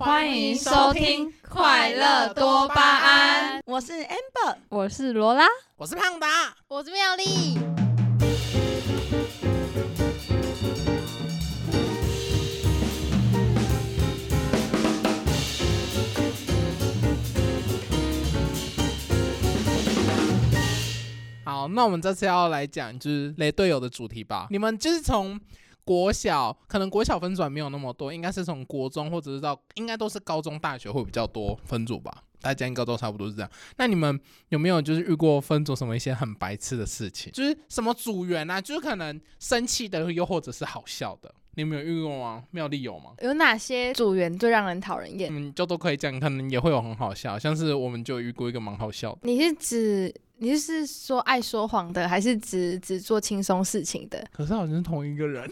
欢迎收听快乐多巴胺。 我是 Amber， 我是罗拉， 我是胖达， 我是妙丽。 好，那我们这次要来讲就是雷队友的主题吧。你们就是从国小，可能国小分组还没有那么多，应该是从国中或者是到应该都是高中大学会比较多分组吧，大家应该都差不多是这样。那你们有没有就是遇过分组什么一些很白痴的事情，就是什么组员啊，就是可能生气的又或者是好笑的，你们有遇过吗？妙丽有吗？ 有哪些组员最让人讨人厌？ 就都可以讲，可能也会有很好笑，像是我们就遇过一个蛮好笑的。 你是说爱说谎的，还是只做轻松事情的？ 可是好像是同一个人。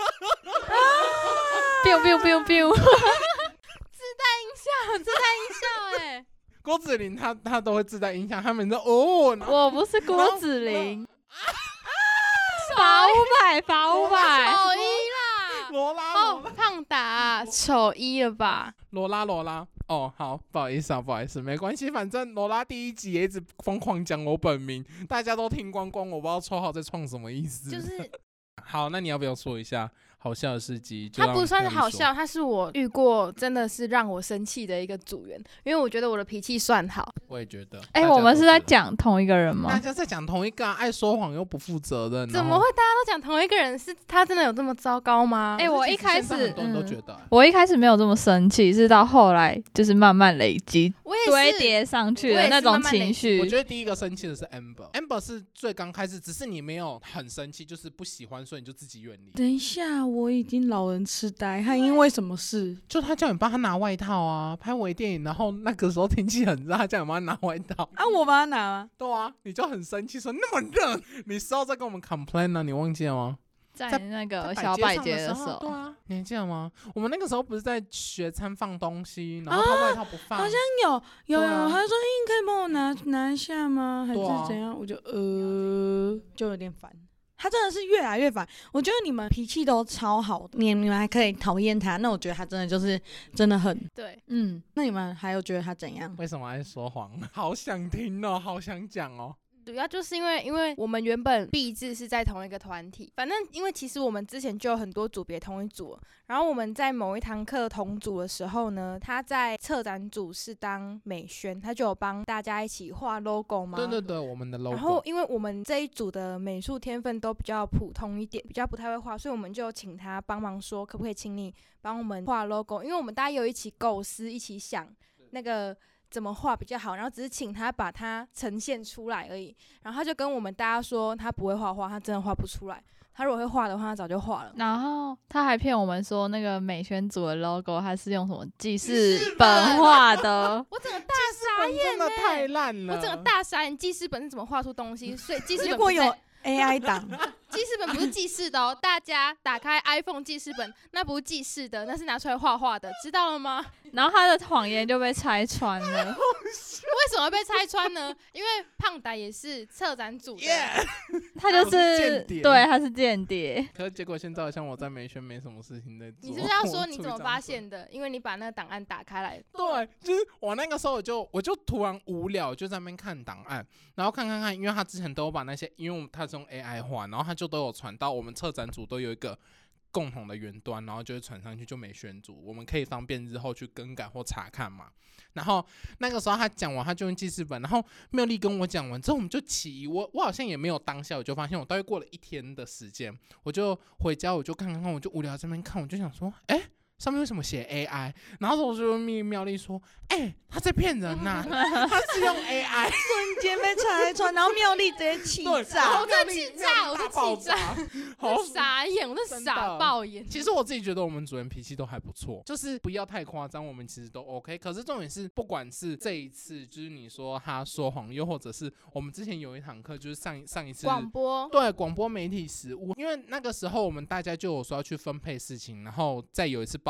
biu biu biu biu， 自带音效哎！ 郭子琳他都会自带音响，他们说我不是郭子琳，罚500，罚500。 丑一啦！ 罗拉哦，胖达丑一了吧？ 罗拉哦，好，不好意思，没关系，反正罗拉第一集也一直疯狂讲我本名，大家都听光光，我不知道绰号在创什么意思。 就是好，那你要不要说一下好笑的事迹？ 他不算是好笑，他是我遇过真的是让我生气的一个组员，因为我觉得我的脾气算好。 我也觉得。 我们是在讲同一个人吗？ 大家在讲同一个爱说谎又不负责任。 怎么会大家都讲同一个人？是他真的有这么糟糕吗？ 我一开始很多人都觉得， 我一开始没有这么生气，是到后来就是慢慢累积，堆叠上去的那种情绪。 我觉得第一个生气的是 Amber 是最刚开始，只是你没有很生气，就是不喜欢，所以你就自己远离。 等一下，我已经老人痴呆，他因为什么事？ 就他叫你帮他拿外套啊，拍微电影，然后那个时候天气很热，他叫你帮他拿外套啊，我帮他拿吗？ 对啊，你就很生气说那么热，你事后再跟我们 complain 啊，你忘记了吗？ 在那个小百节的时候， 对啊，你还记得吗？我们那个时候不是在学餐放东西，然后他外套不放， 好像有，他说你可以帮我拿一下吗？还是怎样？我就就有点烦。他真的是越来越烦，我觉得你们脾气都超好的，你们还可以讨厌他，那我觉得他真的就是真的很对， 那你们还有觉得他怎样？ 为什么爱说谎？好想听哦，好想讲哦。 主要就是因为我们原本毕制是在同一个团体，反正因为其实我们之前就有很多组别同一组，然后我们在某一堂课同组的时候呢，他在策展组是当美宣，他就有帮大家一起画 logo 嘛。 对，我们的 logo。 然后因为我们这一组的美术天分都比较普通一点，比较不太会画，所以我们就请他帮忙说，可不可以请你帮我们画 logo？ 因为我们大家有一起构思，一起想那个怎么画比较好，然后只是请他把它呈现出来而已。然后他就跟我们大家说，他不会画画，他真的画不出来。他如果会画的话，他早就画了。 然后他还骗我们说，那个美宣组的 logo 他是用什么记事本画的。 我整个大傻眼， 真的太烂了。 我整个大傻眼，记事本是怎么画出东西？所以记事本如果有 AI 档， 记事本不是记事的哦，大家打开 iPhone 记事本，那不是记事的，那是拿出来画画的，知道了吗？ 然后他的谎言就被拆穿了。 为什么会被拆穿呢？因为胖达也是策展组的， 他就是对，他是间谍。 可是结果现在好像我在美宣没什么事情在做。 你是不是要说你怎么发现的？因为你把那个档案打开来。 对，就是我那个时候我就突然无聊，就在那边看档案，然后看，因为他之前都有把那些，因为他是用 AI 画，然后他就都有传到我们策展组都有一个共同的云端，然后就会传上去，就美宣组，我们可以方便日后去更改或查看嘛。然后那个时候他讲完，他就用记事本，然后妙丽跟我讲完之后，我们就起疑，我好像也没有当下，我就发现我大概过了1天的时间，我就回家，我就看，我就无聊在那边看，我就想说，上面为什么写 AI？ 然后我就密妙丽说，他在骗人呐、他是用 AI， 瞬间被拆穿，然后妙丽直接气炸， 我真的气炸，我就气炸， 好傻眼，我真傻爆眼。 其实我自己觉得我们主任脾气都还不错，就是不要太夸张，我们其实都 OK。可是重点是，不管是这一次，就是你说他说谎，又或者是我们之前有一堂课，就是上一次广播， 媒体实务，因为那个时候我们大家就有说要去分配事情，然后再有一次报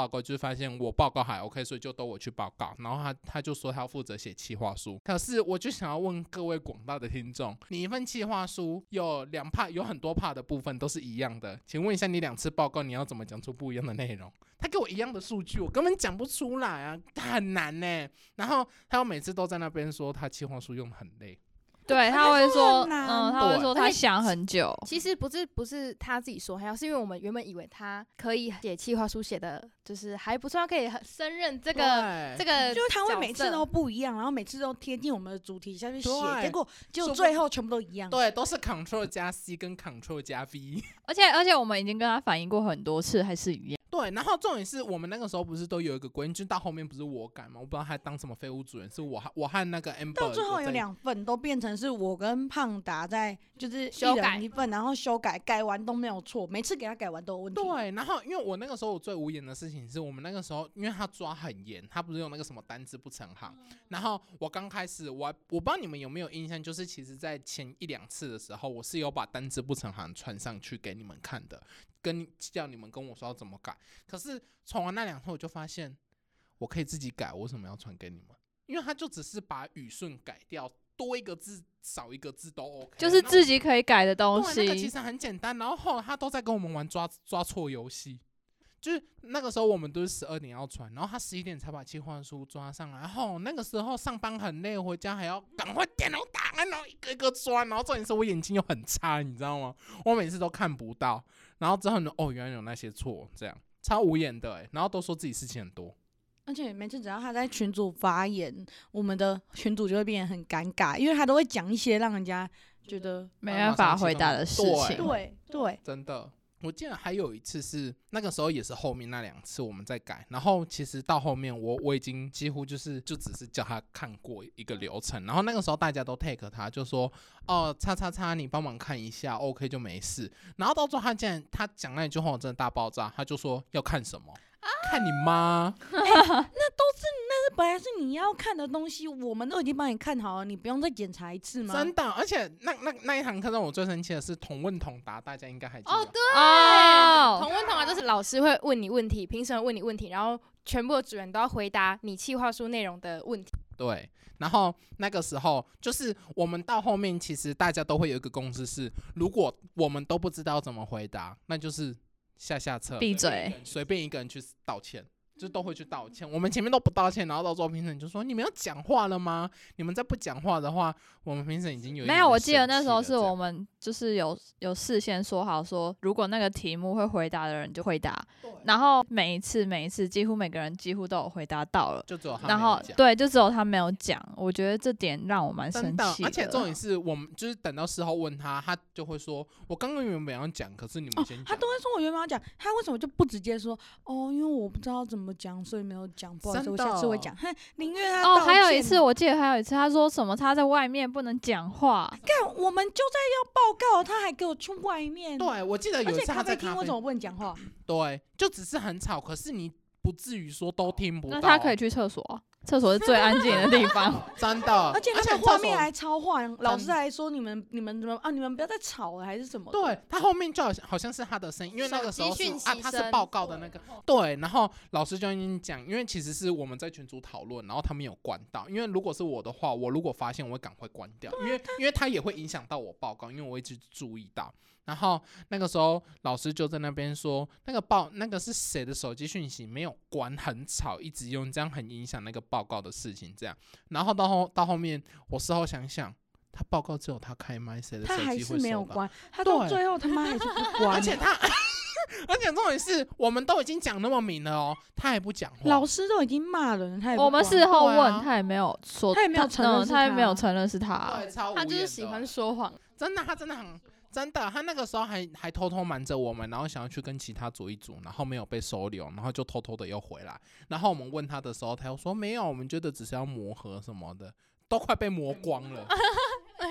报告，就是发现我报告还 OK， 所以就都我去报告。然后他就说他要负责写企划书。可是我就想要问各位广大的听众，你一份企划书有2 part， 有很多 part 的部分都是一样的，请问一下你2次报告你要怎么讲出不一样的内容？他给我一样的数据，我根本讲不出来啊，很难呢。然后他每次都在那边说他企划书用得很累。 对，他会说，他会说他想很久。 其实不是他自己说，还有是因为我们原本以为他可以写企划书写的就是还不错，他可以胜任这个， 就是他会每次都不一样，然后每次都贴近我们的主题下去写，结果最后全部都一样。 对，都是 Ctrl 加 C 跟 Ctrl 加 V。而且我们已经跟他反映过很多次，还是一样。 对，然后重点是我们那个时候不是都有一个规定，就到后面不是我改嘛，我不知道他当什么废物主任，是我和那个 Amber 到最后有2份都变成是我跟胖达在就是一人一份，然后修改，改完都没有错，每次给他改完都有问题。 对，然后因为我那个时候我最无言的事情是我们那个时候因为他抓很严，他不是有那个什么单字不成行，然后我刚开始我不知道你们有没有印象，就是其实在前1、2次的时候，我是有把单字不成行传上去给你们看的，叫你们跟我说要怎么改。可是传完那2次我就发现我可以自己改，我为什么要传给你们？因为他就只是把语顺改掉，多一个字少一个字都 OK， 就是自己可以改的东西。 对，那个其实很简单。然后后来他都在跟我们玩抓错游戏，就是那个时候我们都是12点要传，然后他11点才把企划书抓上来。然后那个时候上班很累，回家还要赶快电脑档案，然后一个一个抓。然后重点是我眼睛又很差，你知道吗？我每次都看不到。然后之后呢，原来有那些错，这样超无言的然后都说自己事情很多。 而且每次只要他在群组发言，我们的群组就会变得很尴尬，因为他都会讲一些让人家觉得没办法回答的事情。 对， 真的。我记得还有一次是那个时候也是后面那2次我们在改，然后其实到后面我已经几乎就只是叫他看过一个流程，然后那个时候大家都 take 他，就说叉你帮忙看一下 OK 就没事。然后到最后他讲那句话我真的大爆炸，他就说要看什么？看你妈！ 那本来是你要看的东西，我们都已经帮你看好了，你不用再检查一次吗？ 真的，而且那一堂课让我最生气的是同问同答，大家应该还记得。 对，同问同答就是老师会问你问题，评审会问你问题，然后全部的组员都要回答你企划书内容的问题。 对，然后那个时候就是我们到后面，其实大家都会有一个共识是，如果我们都不知道怎么回答，那就是下册闭嘴， 随便一个人去道歉。就都会去道歉，我们前面都不道歉，然后到最后评审就说：“你们要讲话了吗？你们再不讲话的话，我们评审已经有一点没有。”我记得那时候是我们就是有事先说好说，如果那个题目会回答的人就回答，然后每一次几乎每个人几乎都有回答到了， 就只有他没有讲。对，就只有他没有讲。我觉得这点让我蛮生气的。 而且重点是我们就是等到事后问他，他就会说：“我刚刚原本要讲，可是你们先讲。” 他都会说我原本要讲，他为什么就不直接说因为我不知道怎么讲，所以没有讲，不好意思，我下次会讲。宁愿他道歉。 还有一次，我记得还有一次，他说什么他在外面不能讲话。 干，我们就在要报告，他还给我去外面。 对，我记得有一次他在咖啡厅为什么不能讲话？ 对，就只是很吵，可是你不至于说都听不到。 那他可以去厕所。厕所是最安静的地方， 真的。 而且那个画面还超晃，老师还说你们不要再吵了，还是什么？ 对，他后面就好像是他的声音，因为那个时候是他是报告的那个，对。然后老师就跟你讲，因为其实是我们在群组讨论，然后他们有关到，因为如果是我的话，我如果发现我会赶快关掉，因为他也会影响到我报告，因为我一直注意到。然后那个时候老师就在那边说，那个是谁的手机讯息没有关，很吵，一直用，这样很影响那个报告的事情。这样，然后到后面，我事后想想，他报告只有他开麦，谁的手机会收到？他还是没有关，他到最后他妈还是不关， 而且重点是我们都已经讲那么明了他还不讲话， 老师都已经骂人，他也不关。 我们事后问他也没有说， 他也没有承认， 他也没有承认是他， 对，超无言的。 他就是喜欢说谎， 真的，他真的很。真的，他那个时候还偷偷瞒着我们，然后想要去跟其他组一组，然后没有被收留，然后就偷偷的又回来。然后我们问他的时候，他又说没有，我们觉得只是要磨合什么的，都快被磨光了。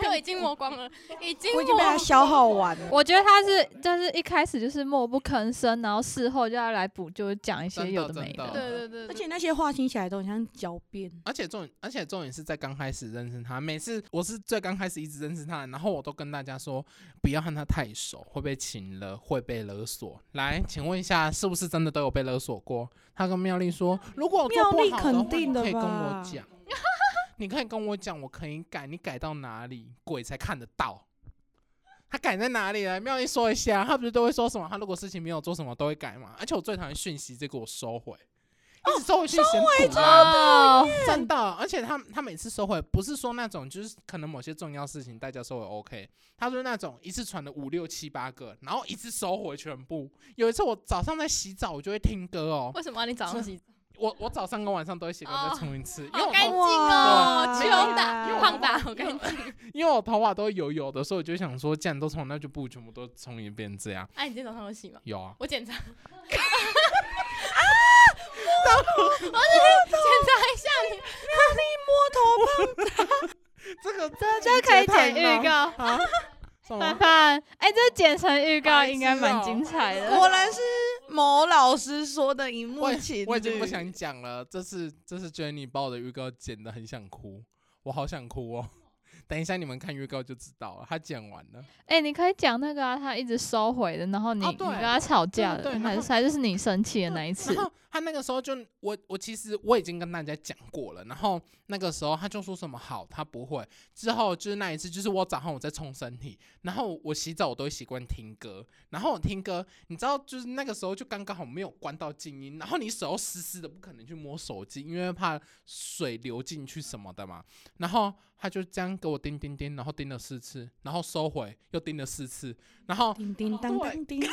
都已经磨光了， 我已经被他消耗完了。 我觉得他是就是一开始就是默不吭声，然后事后就要来补，就讲一些有的没的。 对对对， 而且那些话听起来都很像狡辩。 而且重点是在刚开始认识他，每次我是最刚开始一直认识他，然后我都跟大家说不要和他太熟，会被情勒，会被勒索。来，请问一下，是不是真的都有被勒索过？他跟妙丽说，如果我做不好的话， 肯定的吧， 你可以跟我讲。你可以跟我讲，我可以改，你改到哪里，鬼才看得到。他改在哪里了？妙丽说一下，他不是都会说什么？他如果事情没有做什么都会改吗？而且我最讨厌讯息，这个我收回。一直收回讯息很苦啊，真的，而且他每次收回不是说那种就是可能某些重要事情大家收回 OK， 他说那种一次传了5、6、7、8个，然后一次收回全部。有一次我早上在洗澡，我就会听歌哦。 为什么你早上洗澡？ 我早上跟晚上都会习惯再冲一次，因为好干净哦，穷打胖打好干净。 因为我头发都油的，所以我就想说，既然都冲，那就不如全部都冲一遍这样。 哎，你今天早上有洗吗？ 有啊， 我检查。我只是检查一下你， 摸头棒， 这可以剪预告啊？ 范范，这剪成预告应该蛮精彩的。 果然是某老师说的荧幕情侣。 我已经不想讲了，这是 Jenny 把我的预告剪得很想哭，我好想哭哦。等一下你们看预告就知道了，他剪完了。 你可以讲那个他一直收回的，然后你跟他吵架的，还是你生气的那一次。 然后他那个时候就我其实我已经跟大家讲过了，然后那个时候他就说什么好，他不会。之后就是那一次，就是我早上我在冲身体，然后我洗澡我都会习惯听歌，然后我听歌，你知道就是那个时候就刚刚好没有关到静音，然后你手又湿湿的，不可能去摸手机，因为怕水流进去什么的嘛。然后他就这样给我叮叮叮，然后叮了4次，然后收回又叮了4次，然后叮叮当当叮，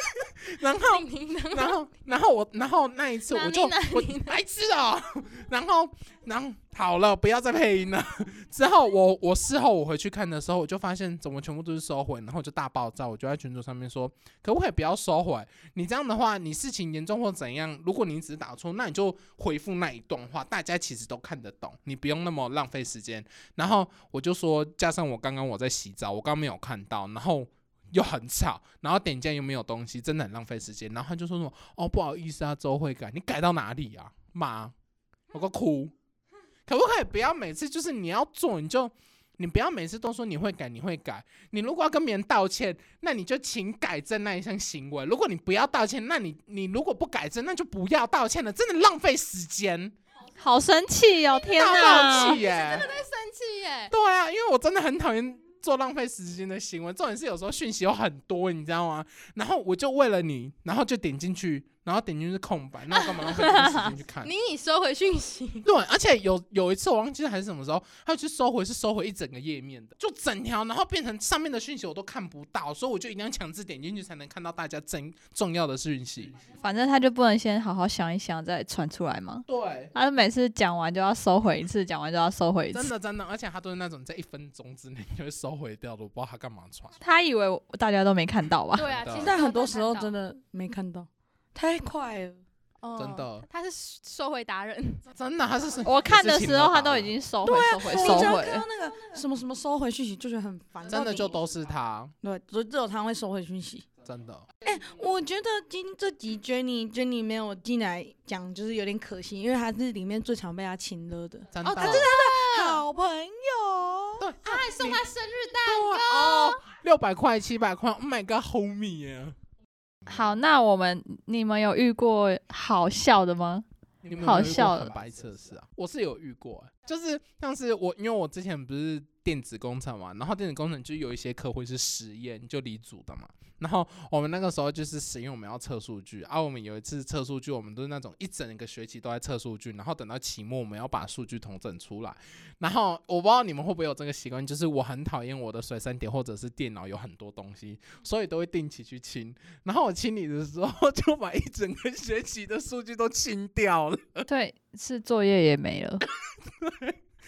然后那一次我白痴哦，然后好了，不要再配音了。之后我事后我回去看的时候，我就发现怎么全部都是收回，然后我就大爆炸，我就在群组上面说，可不可以不要收回？你这样的话，你事情严重或怎样，如果你只是打错，那你就回复那一段话，大家其实都看得懂，你不用那么浪费时间。然后我就说，加上我刚刚我在洗澡，我刚没有看到，然后又很吵，然后点键又没有东西，真的很浪费时间。然后他就说什么哦，不好意思啊，之后会改，你改到哪里啊？妈，我个哭。可不可以不要每次就是你要做你不要每次都说你会改，你如果要跟别人道歉，那你就请改正那一项行为。如果你不要道歉，那你如果不改正，那就不要道歉了，真的浪费时间。 好生气哦！天哪， 大爆气耶！ 真的在生气耶！ 对啊，因为我真的很讨厌做浪费时间的行为。重点是有时候讯息有很多，你知道吗？然后我就为了你，然后就点进去。然后点进去是空白，那我干嘛浪费这个时间去看？ 你收回讯息。 对，而且有一次我忘记还是什么时候，他去收回一整个页面的，就整条，然后变成上面的讯息我都看不到，所以我就一定要强制点进去才能看到大家真重要的讯息。 反正他就不能先好好想一想再传出来吗？ 对， 他每次讲完就要收回一次，讲完就要收回一次。 真的，而且他都是那种在1分钟之内就会收回掉的，我不知道他干嘛传。 他以为大家都没看到吧？ 对啊，其实但很多时候真的没看到，太快了。 真的， 他是收回达人， 真的他是。 我看的时候他都已经收回了。 你只要看到那个什么收回讯息，就觉得很烦。 真的就都是他， 对，只有他会收回讯息。 真的。 我觉得这集 Jenny 没有进来讲，就是有点可惜，因为他是里面最常被他亲了的。 真的， 他是他的好朋友。 对， 他还送他生日蛋糕 ，600块、700块 ，Oh my god，homie 耶！ 好，那你们有遇过好笑的吗？好笑的很白痴的事啊，我是有遇过，就是像是因为我之前不是电子工程嘛，然后电子工程就有一些课会是实验，就理组的嘛。然后我们那个时候就是实验，我们要测数据啊。我们有一次测数据，我们都是那种一整个学期都在测数据，然后等到期末我们要把数据统整出来。然后我不知道你们会不会有这个习惯，就是我很讨厌我的随身碟或者是电脑有很多东西，所以都会定期去清。然后我清理的时候，就把一整个学期的数据都清掉了。 对，是作业也没了。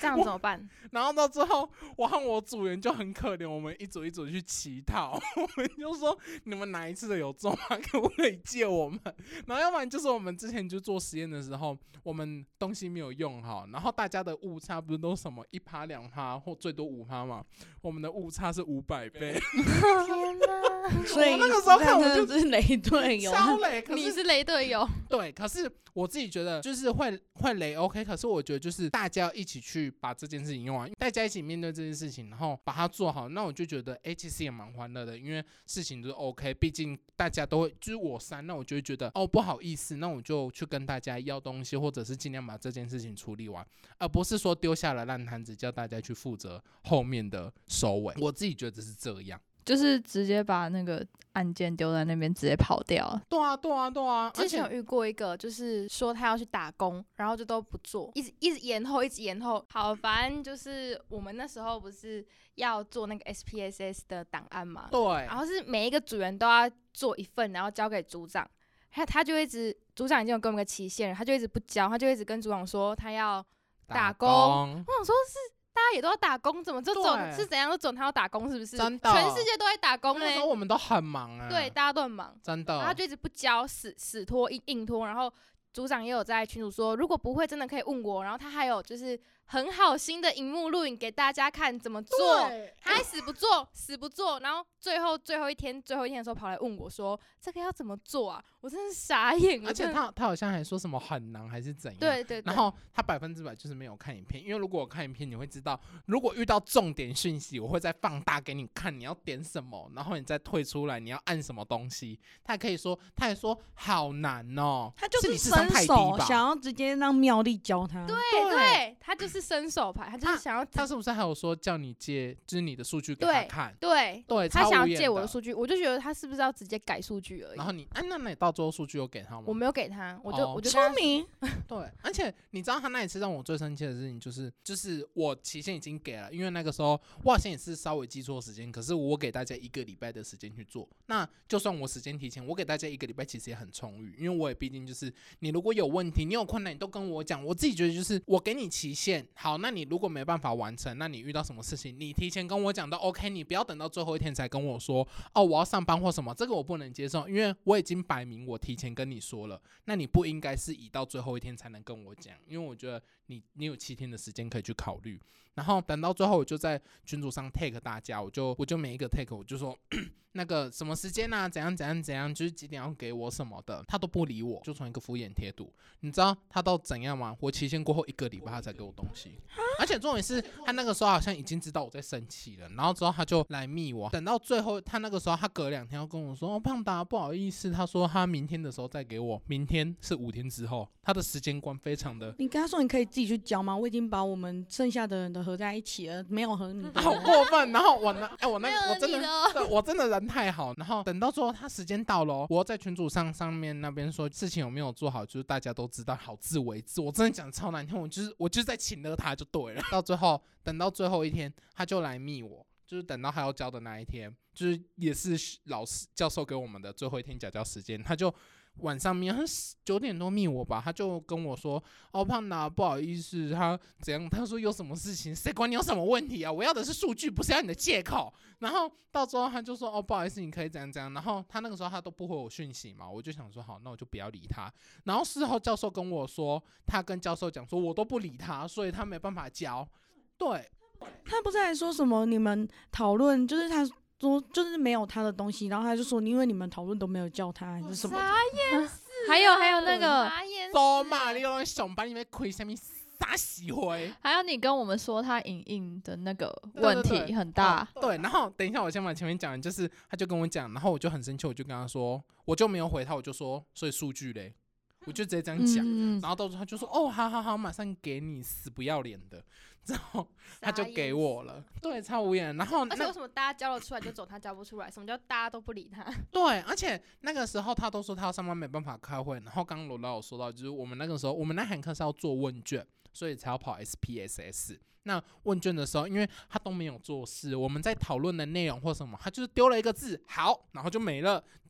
这样怎么办？ 然后到最后，我和我组员就很可怜，我们一组一组去乞讨，我们就说你们哪一次的有中吗？可不可以借我们？然后要不然就是我们之前就做实验的时候，我们东西没有用好，然后大家的误差不是都什么1%、2%或最多5%嘛？我们的误差是500倍。 天哪！ 所以我那个时候看我就是雷队友， 超雷， 你是雷队友， 对，可是我自己觉得就是会雷 OK， 可是我觉得就是大家要一起去把这件事情用完，大家一起面对这件事情，然后把它做好，那我就觉得其实也蛮欢乐的，因为事情都是 OK， 毕竟大家都会就是我删，那我就会觉得不好意思，那我就去跟大家要东西，或者是尽量把这件事情处理完，而不是说丢下了烂摊子叫大家去负责后面的收尾，我自己觉得是这样。 就是直接把那个案件丢在那边，直接跑掉。 对啊， 之前有遇过一个，就是说他要去打工，然后就都不做，一直延后。好，反正就是我们那时候不是要做那个 SPSS 的档案嘛， 对， 然后是每一个组员都要做一份，然后交给组长，他就一直，组长已经有给我们个期限了，他就一直不交，他就一直跟组长说他要打工。我想说是。大家也都要打工，怎么就总是怎样都总他要打工，是不是？ 真的， 全世界都在打工那时候我们都很忙啊。 对，大家都很忙， 真的。 然后他就一直不交，死拖硬拖，然后组长也有在群组说，如果不会真的可以问我，然后他还有就是很好心的荧幕录影给大家看怎么做，他还死不做，然后最后一天的时候跑来问我说这个要怎么做啊？我真是傻眼了。 而且他好像还说什么很难还是怎样， 对， 然后他100%就是没有看影片，因为如果我看影片你会知道，如果遇到重点讯息我会再放大给你看，你要点什么，然后你再退出来你要按什么东西，他还说好难哦， 他就是你智商太低手吧， 想要直接让妙丽教他。 对，他就是伸手牌，他就是想要。 他是不是还有说叫你借就是你的数据给他看？ 对，他想要借我的数据，我就觉得他是不是要直接改数据而已。 然后那你到最后数据有给他吗？ 我没有给他，我就聪明。 对，而且你知道他那一次让我最生气的事情就是我期限已经给了，因为那个时候我好像也是稍微记错时间，可是我给大家1个礼拜的时间去做，那就算我时间提前，我给大家1个礼拜其实也很充裕，因为我也毕竟就是你如果有问题，你有困难你都跟我讲，我自己觉得就是我给你期限，好，那你如果没办法完成，那你遇到什么事情你提前跟我讲都 OK， 你不要等到最后一天才跟我说我要上班或什么，这个我不能接受，因为我已经摆明我提前跟你说了，那你不应该是移到最后一天才能跟我讲，因为我觉得你有7天的时间可以去考虑，然后等到最后我就在群组上 tag 大家，我就每一个 tag 我就说那个什么时间啊，怎样，就是几点要给我什么的，他都不理我，就传一个敷衍贴图。你知道他到怎样吗？我期限过后1个礼拜他才给我东西，而且重点是他那个时候好像已经知道我在生气了，然后之后他就来密我，等到最后他那个时候他隔2天要跟我说胖达不好意思，他说他明天的时候再给我，明天是5天之后，他的时间观非常的。 你跟他说你可以自己去交吗？我已经把我们剩下的人的合在一起了，没有和你的。 好过分！然后我真的人太好，然后等到最后他时间到了，我在群组上面那边说事情有没有做好，就是大家都知道，好自为之。我真的讲超难听，我就是在请了他就对了。等到最后一天，他就来密我，就是等到他要交的那一天，就是也是老师教授给我们的最后一天缴交时间，他就晚上9点多密我吧，他就跟我说胖达不好意思，他怎样，他说有什么事情谁管你有什么问题啊，我要的是数据，不是要你的借口。然后到最后他就说不好意思你可以怎样，然后他那个时候他都不回我讯息嘛，我就想说好，那我就不要理他。然后事后教授跟我说，他跟教授讲说我都不理他，所以他没办法教。对， 他不是还说什么你们讨论，就是他说就是没有他的东西，然后他就说因为你们讨论都没有叫他还是什么。 傻眼死还有那个走嘛，你有人上班你在亏什么傻死灰？ 还有你跟我们说他影印的那个问题很大。 对，然后等一下我先把前面讲的，就是他就跟我讲，然后我就很生气，我就跟他说，我就没有回他，我就说所以数据嘞，我就直接这样讲，然后到时候他就说好，马上给你，死不要脸的，之后他就给我了，对，超无言。然后而且为什么大家交了出来就走，他交不出来？什么叫大家都不理他？ 对，而且那个时候他都说他要上班没办法开会，然后刚刚罗老有说到，就是我们那个时候我们那堂课是要做问卷，所以才要跑 SPSS。那问卷的时候，因为他都没有做事，我们在讨论的内容或什么，他就是丢了一个字好，然后就没了。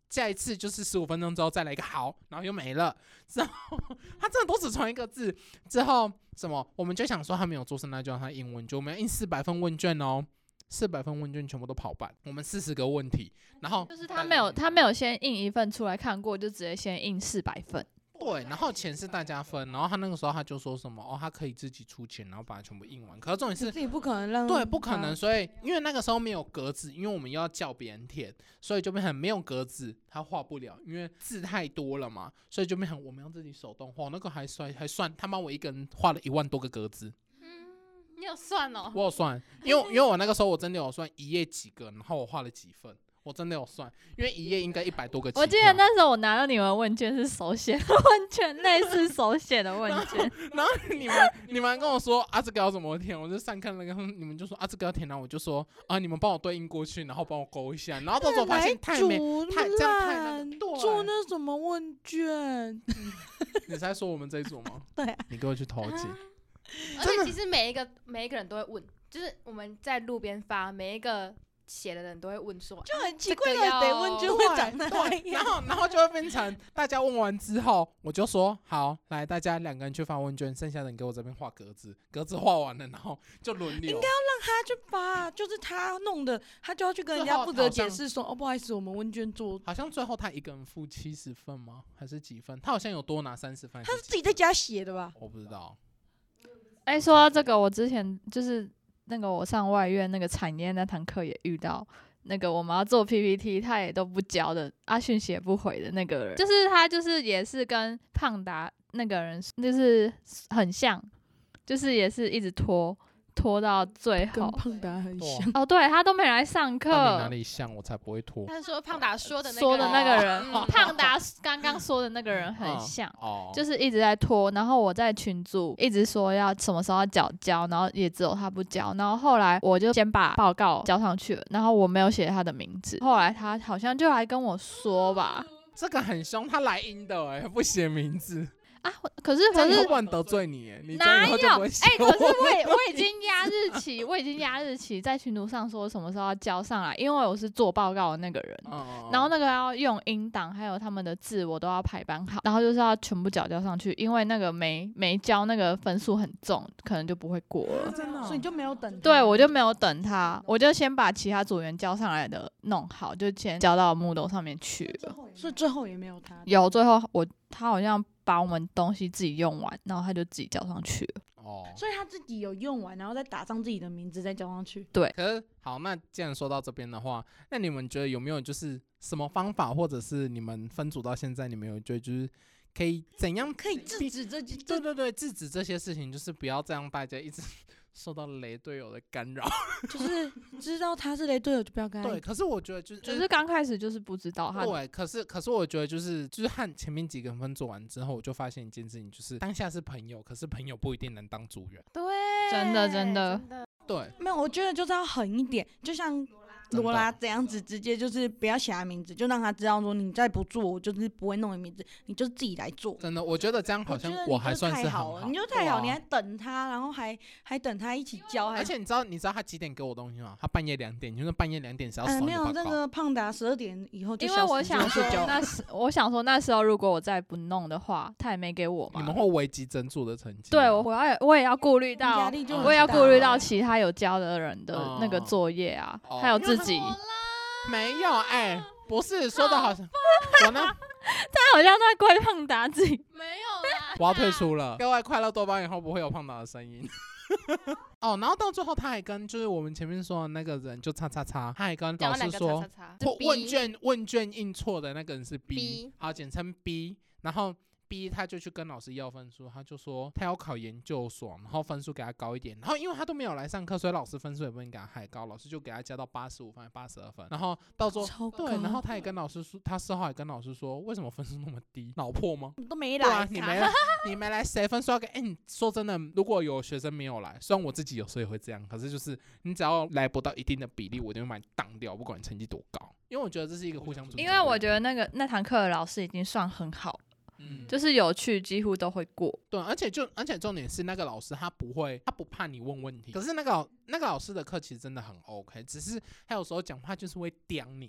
下一次就是15分钟之后再来一个好，然后又没了。之后他真的都只传一个字。之后什么，我们就想说他没有做生，那就让他印问卷，我们要印400份问卷哦。400份问卷全部都跑半，我们40个问题，然后就是他没有先印一份出来看过，就直接先印400份。 对，然后钱是大家分，然后他那个时候他就说什么他可以自己出钱，然后把它全部印完。可是重点是自己不可能让对，不可能，所以因为那个时候没有格子，因为我们又要叫别人填，所以就变成没有格子，他画不了，因为字太多了嘛，所以就变成我们要自己手动画。那个还算他帮我一个人画了1万多个格子。 你有算哦？ 我有算，因为我那个时候我真的有算一页几个，然后我画了几份。我真的有算，因为一页应该100多个。 我记得那时候我拿到你们问卷是手写的问卷，类似手写的问卷。 然后你们还跟我说这个要怎么填？我就上课那个你们就说这个要填，然后我就说你们帮我对应过去，然后帮我勾一下。然后到时候发现太这样太那个， 做那什么问卷？ 你在说我们这一组吗？ 对啊， 你给我去投几。 而且其实每一个人都会问，就是我们在路边发，每一个写的人都会问说， 就很奇怪的得问就会长那样， 然后就会变成大家问完之后，我就说好，来大家2个人去发问卷，剩下的人给我这边画格子，格子画完了，然后就轮流。 应该要让他去发，就是他弄的，他就要去跟人家负责解释说，不好意思，我们问卷做。 好像最后他一个人付70份吗？还是几份？他好像有多拿30份。 他是自己在家写的吧？ 我不知道。 说到这个，我之前就是那个我上外院那个产业那堂课也遇到那个我们要做 PPT， 他也都不交的，讯息也不回的那个人，就是他就是也是跟胖达那个人就是很像，就是也是一直拖到最后， 跟胖达很像。 对，他都没来上课。 你哪里像？我才不会拖。 他说胖达说的那个人，胖达刚刚说的那个人很像，就是一直在拖。然后我在群组一直说要什么时候要交，然后也只有他不交。然后后来我就先把报告交上去了，然后我没有写他的名字。后来他好像就来跟我说吧， 这个很凶，他来阴的不写名字。 可是会不能得罪你？你哪有？ 可是我已经压日期，在群组上说什么时候要交上来，因为我是做报告的那个人，然后那个要用音档，还有他们的字我都要排版好，然后就是要全部交上去，因为那个没交那个分数很重，可能就不会过了。 真的，所以你就没有等他？ 对，我就没有等他，我就先把其他组员交上来的弄好，就先交到Moodle上面去了。 所以最后也没有他？ 有，最后他好像把我们东西自己用完，然后他就自己交上去了。 所以他自己有用完，然后再打上自己的名字再交上去。 对。 可是好，那既然说到这边的话，那你们觉得有没有就是什么方法，或者是你们分组到现在，你们有觉得就是可以怎样可以制止这？ 对，制止这些事情，就是不要这样大家一直受到雷队友的干扰。 就是知道他是雷队友就不要跟他。 对，可是我觉得就是刚开始就是不知道他。 对，可是我觉得就是和前面几个分做完之后，我就发现一件事情，就是当下是朋友，可是朋友不一定能当组员。 对， 真的。 对， 没有，我觉得就是要狠一点，就像罗拉这样子，直接就是不要写他名字，就让他知道说你再不做，我就是不会弄你名字，你就自己来做。 真的，我觉得这样好像我还算是很好， 你就太好，你还等他，然后还等他一起交。 而且你知道他几点给我东西吗？他半夜2点，就是半夜2点是要收你报告。 没有，那个胖达12点以后就因为我想说那时候如果我再不弄的话，他也没给我嘛。 你们会危及整组的成绩。 对，我也要顾虑到，我也要顾虑到其他有交的人的那个作业啊，还有自己。 没有不是说的好像我呢， 他好像在怪胖达自己。 没有啦， 我要退出了。各位快乐多巴以后不会有胖达的声音。然后到最后他还跟就是我们前面说的那个人就叉，他还跟老师说问卷印错的那个人是 B， 好，简称 B， 然后B 他就去跟老师要分数，他就说他要考研究所，然后分数给他高一点，然后因为他都没有来上课，所以老师分数也不能给他太高，老师就给他加到85分82分，然后到时候对，然后他也跟老师说，他事后也跟老师说为什么分数那么低，脑破吗？ 你都没来， 你没来，你没来，谁分数要给？你说真的，如果有学生没有来，虽然我自己有时候也会这样，可是就是你只要来不到一定的比例，我一定会把你当掉，不管你成绩多高，因为我觉得这是一个互相尊重。 因为我觉得那堂课的老师已经算很好。就是有趣，几乎都会过。 对，而且重点是那个老师他不怕你问问题。可是那个老师的课其实真的很 OK， 只是他有时候讲话就是会刁你，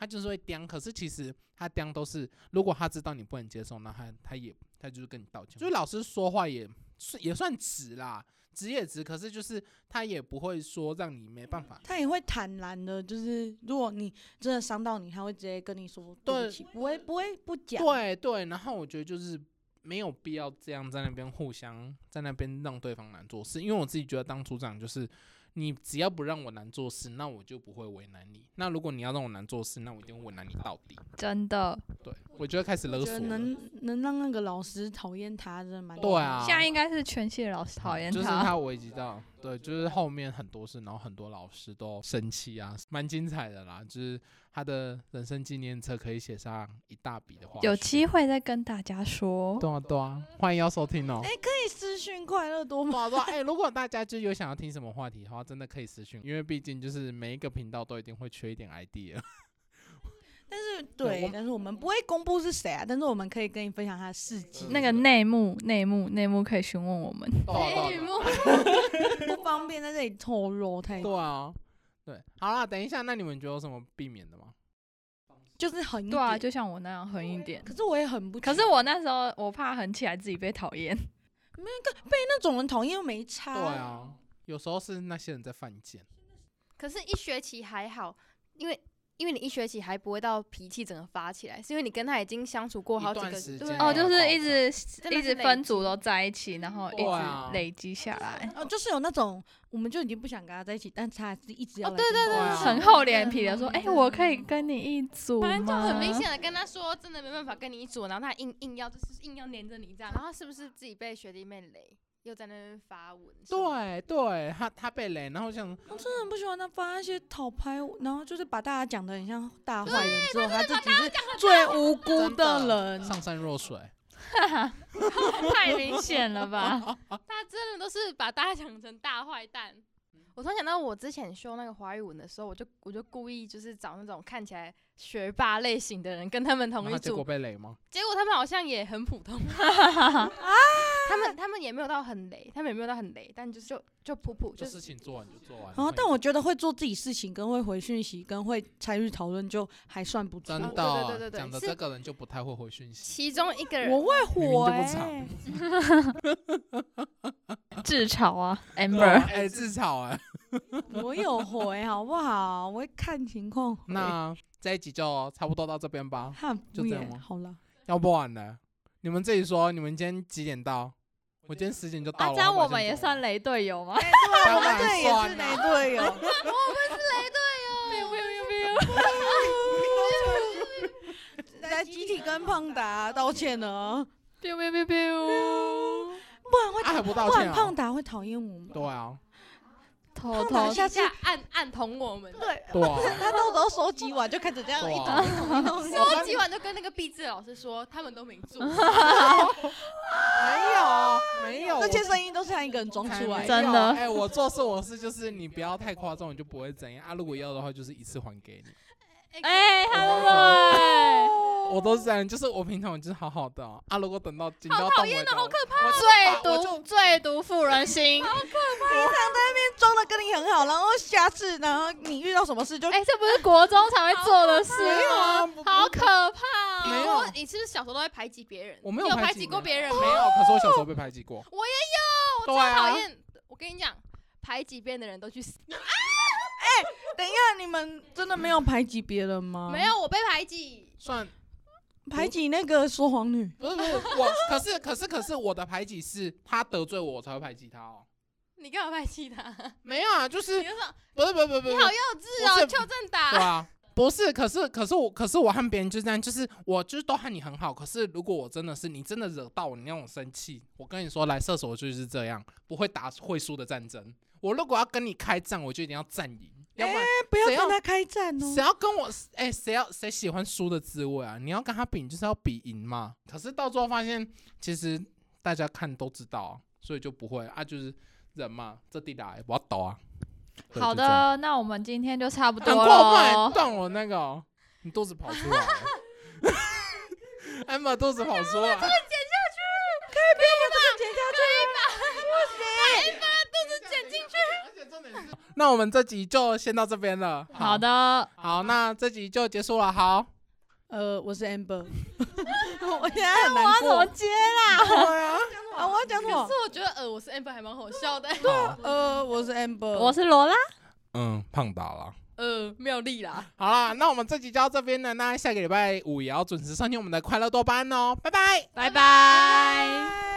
他就是会刁。可是其实他刁都是，如果他知道你不能接受，那他就是跟你道歉。就是老师说话也算直啦，直也直，可是就是他也不会说让你没办法， 他也会坦然的，就是如果你真的伤到你，他会直接跟你说对不起，不会不讲。 对对，然后我觉得就是没有必要这样在那边互相在那边让对方难做事，因为我自己觉得当组长就是你只要不让我难做事，那我就不会为难你。那如果你要让我难做事，那我一定会为难你到底。 真的。 对，我觉得开始勒索了。 能让那个老师讨厌他，真的蛮对啊。 现在应该是全系的老师讨厌他， 就是他危及到，对，就是后面很多事，然后很多老师都生气啊，蛮精彩的啦。就是他的人生纪念册可以写上一大笔的话， 有机会再跟大家说。 对啊对啊，欢迎要收听哦。 可以私讯快乐多吗？ 如果大家就有想要听什么话题的话，真的可以私讯，因为毕竟就是每一个频道都一定会缺一点 idea。 但是我们不会公布是谁啊，但是我们可以跟你分享他的事迹。 那个内幕可以询问我们。 内幕不方便在这里透露太多。 对啊，对，好啦，等一下，那你们觉得有什么避免的吗？ 就是狠一点。 对啊，就像我那样狠一点。 可是我也很不。 可是我那时候我怕狠起来自己被讨厌。 被那种人讨厌又没差。 对啊，有时候是那些人在犯贱。 可是一学期还好，因为你一学期还不会到脾气整个发起来，是因为你跟他已经相处过好几个时间， 就是一直分组都在一起，然后一直累积下来。 就是有那种我们就已经不想跟他在一起，但是他还是一直要来。 对， 很厚脸皮的说，我可以跟你一组吗？ 反正就很明显的跟他说，真的没办法跟你一组，然后他硬要黏着你这样，然后是不是自己被学弟妹雷？又在那边发文， 对，他被雷，然后我真的很不喜欢他发那些讨拍，然后就是把大家讲得很像大坏人，之后他自己是最无辜的人， 上善若水， 太明显了吧？ 他真的都是把大家讲成大坏蛋。我突然想到，我之前修那个华语文的时候，我就故意就是找那种看起来学霸类型的人跟他们同一组， 结果被雷吗？ 结果他们好像也很普通，他们也没有到很雷，但就普普， 就事情做完就做完。 但我觉得会做自己事情，跟会回讯息，跟会参与讨论，就还算不错。 真的，讲的这个人就不太会回讯息。 其中一个人， 我会回， 自嘲啊 ，Amber， 自嘲我有回好不好？我会看情况回。 那这一集就差不多到这边吧，就这样吗？ 好了， 要不然呢？你们自己说，你们今天几点到？我今天10点就到了。 这样我们也算雷队友吗？ 我们这也是雷队友， 我们是雷队友。 来集体跟胖达道歉了。不然还不道歉啊？ 胖达会讨厌我们。 对啊。 偷下次暗捅我们。 对啊，他到时候收集完就开始这样一桶， 收集完就跟那个毕志老师说，他们都没做。 没有， 这些声音都是他一个人装出来的。 真的。 我做事我是就是你不要太夸张，你就不会怎样啊。如果要的话，就是一次还给你。我都是这样，就是我平常就是好好的如果等到紧要动尾的， 好可怕， 最毒妇人心， 好可怕！平常在那边装的跟你很好，然后下次然后你遇到什么事就这不是国中才会做的事吗？好可怕！ 没有， 你是不是小时候都会排挤别人？ 我没有排挤过别人， 没有。可是我小时候被排挤过， 我也有，我最讨厌。我跟你讲，排挤别人的人都去死。 等一下，你们真的没有排挤别人吗？ 没有，我被排挤。 算排挤那个说谎女。 不是我，可是我的排挤是他得罪我才会排挤他哦。 你干嘛排挤他？ 没有啊，就是不是， 你好幼稚哦，邱正达。 对啊，不是，可是我和别人就是这样，就是我就是都和你很好，可是如果我真的是你真的惹到我，你让我生气，我跟你说，来射手就是这样，不会打会输的战争。我如果要跟你开战，我就一定要战赢。要不然不要跟他开战哦！ 谁要跟我谁喜欢输的滋味啊？你要跟他比，你就是要比赢嘛。可是到最后发现，其实大家看都知道啊，所以就不会啊，就是人嘛，这地来我要抖啊。 好的，那我们今天就差不多了。 很过分，断我那个，你肚子跑出来了，Emma 肚子跑出来，这个剪下去， 可以不要把这个剪下去， 可以吧？把 Emma 肚子剪进去。 而且重点是。 那我们这集就先到这边了。 好的， 好，那这集就结束了。好， 我是 Amber， 我现在很难过。 我要怎么接啦？ 对啊， 我要讲什么可是？我觉得我是 Amber 还蛮好笑的。 我是 Amber， 我是罗拉。 胖达啦。 妙丽啦。 好啦，那我们这集就到这边了。那下个礼拜5也要准时上听我们的快乐多巴胺哦，拜拜， 拜拜。